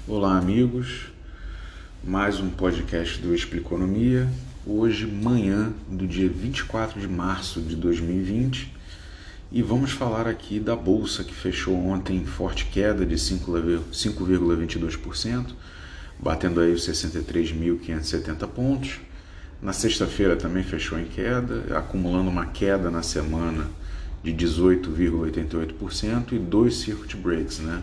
Olá, amigos. Mais um podcast do Expliconomia. Hoje, manhã do dia 24 de março de 2020. E vamos falar aqui da Bolsa, que fechou ontem em forte queda de 5,22%, batendo aí os 63.570 pontos. Na sexta-feira também fechou em queda, acumulando uma queda na semana de 18,88% e dois circuit breaks, né?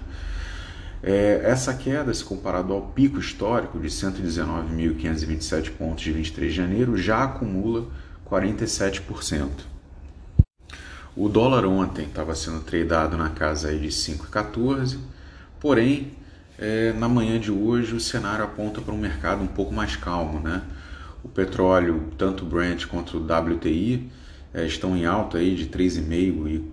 Essa queda, se comparado ao pico histórico de 119.527 pontos de 23 de janeiro, já acumula 47%. O dólar ontem estava sendo tradeado na casa aí de 5,14, porém, na manhã de hoje o cenário aponta para um mercado um pouco mais calmo, né? O petróleo, tanto o Brent quanto o WTI, estão em alta aí de 3,5% e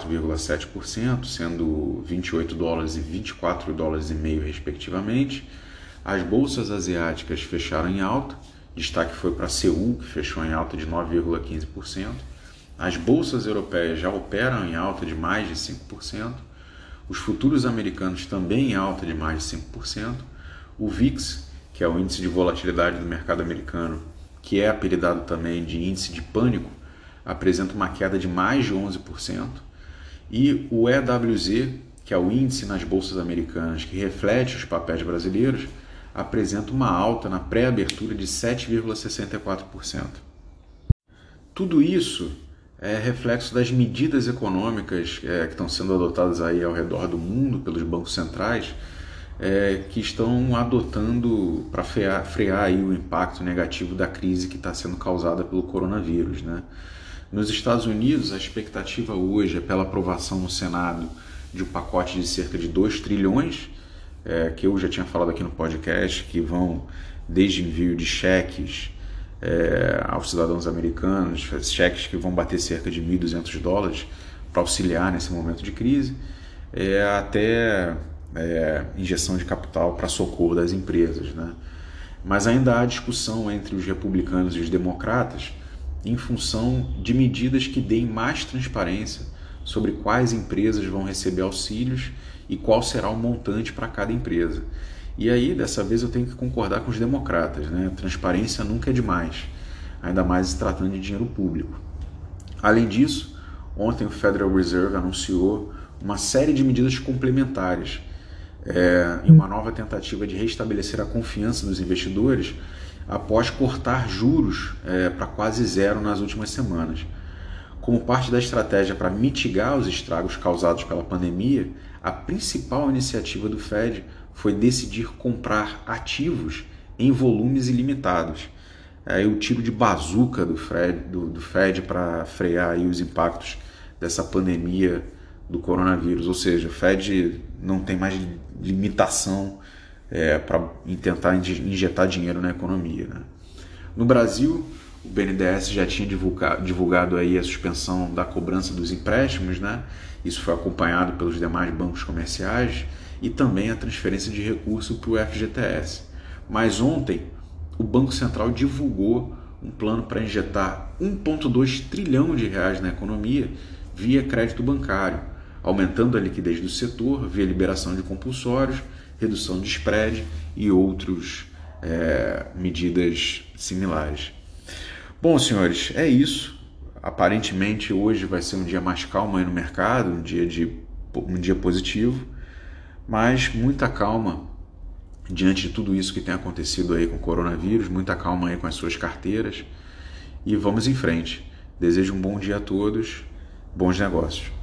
4,7%, sendo 28 dólares e 24 dólares e meio respectivamente. As bolsas asiáticas fecharam em alta, destaque foi para Seul, que fechou em alta de 9,15%. As bolsas europeias já operam em alta de mais de 5%. Os futuros americanos também em alta de mais de 5%. O VIX, que é o índice de volatilidade do mercado americano, que é apelidado também de índice de pânico, apresenta uma queda de mais de 11%. E o EWZ, que é o índice nas bolsas americanas que reflete os papéis brasileiros, apresenta uma alta na pré-abertura de 7,64%. Tudo isso é reflexo das medidas econômicas que estão sendo adotadas aí ao redor do mundo pelos bancos centrais, que estão adotando para frear aí o impacto negativo da crise que está sendo causada pelo coronavírus, né? Nos Estados Unidos, a expectativa hoje é pela aprovação no Senado de um pacote de cerca de 2 trilhões, que eu já tinha falado aqui no podcast, que vão desde envio de cheques aos cidadãos americanos, cheques que vão bater cerca de 1.200 dólares para auxiliar nesse momento de crise, até injeção de capital para socorro das empresas, né? Mas ainda há discussão entre os republicanos e os democratas em função de medidas que deem mais transparência sobre quais empresas vão receber auxílios e qual será o montante para cada empresa. E aí, dessa vez, eu tenho que concordar com os democratas, né? Transparência nunca é demais, ainda mais se tratando de dinheiro público. Além disso, ontem o Federal Reserve anunciou uma série de medidas complementares em uma nova tentativa de restabelecer a confiança dos investidores após cortar juros para quase zero nas últimas semanas. Como parte da estratégia para mitigar os estragos causados pela pandemia, a principal iniciativa do Fed foi decidir comprar ativos em volumes ilimitados. O tiro de bazuca do Fed para frear aí os impactos dessa pandemia do coronavírus, ou seja, o Fed não tem mais limitação para tentar injetar dinheiro na economia, né? No Brasil, o BNDES já tinha divulgado aí a suspensão da cobrança dos empréstimos, né? Isso foi acompanhado pelos demais bancos comerciais e também a transferência de recurso para o FGTS. Mas ontem, o Banco Central divulgou um plano para injetar 1,2 trilhão de reais na economia via crédito bancário, aumentando a liquidez do setor via liberação de compulsórios, redução de spread e outras medidas similares. Bom, senhores, é isso. Aparentemente hoje vai ser um dia mais calmo aí no mercado, um dia positivo, mas muita calma diante de tudo isso que tem acontecido aí com o coronavírus, muita calma aí com as suas carteiras e vamos em frente. Desejo um bom dia a todos, bons negócios.